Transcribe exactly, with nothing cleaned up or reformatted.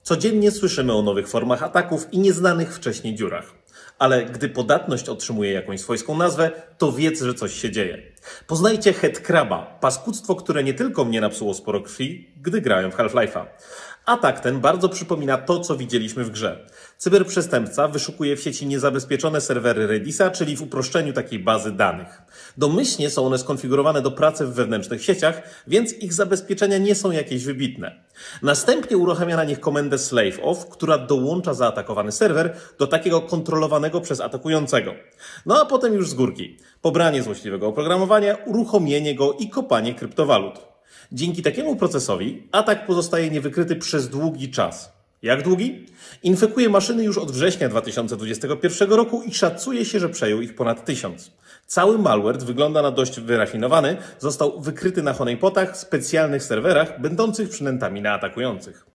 Codziennie słyszymy o nowych formach ataków i nieznanych wcześniej dziurach. Ale gdy podatność otrzymuje jakąś swojską nazwę, to wiedz, że coś się dzieje. Poznajcie Headcraba, paskudztwo, które nie tylko mnie napsuło sporo krwi, gdy grałem w Half-Life'a. Atak ten bardzo przypomina to, co widzieliśmy w grze. Cyberprzestępca wyszukuje w sieci niezabezpieczone serwery Redisa, czyli w uproszczeniu takiej bazy danych. Domyślnie są one skonfigurowane do pracy w wewnętrznych sieciach, więc ich zabezpieczenia nie są jakieś wybitne. Następnie uruchamia na nich komendę slave off, która dołącza zaatakowany serwer do takiego kontrolowanego przez atakującego. No a potem już z górki. Pobranie złośliwego oprogramowania, uruchomienie go i kopanie kryptowalut. Dzięki takiemu procesowi atak pozostaje niewykryty przez długi czas. Jak długi? Infekuje maszyny już od września dwa tysiące dwudziestego pierwszego roku i szacuje się, że przejął ich ponad tysiąc. Cały malware wygląda na dość wyrafinowany, został wykryty na honeypotach, specjalnych serwerach, będących przynętami na atakujących.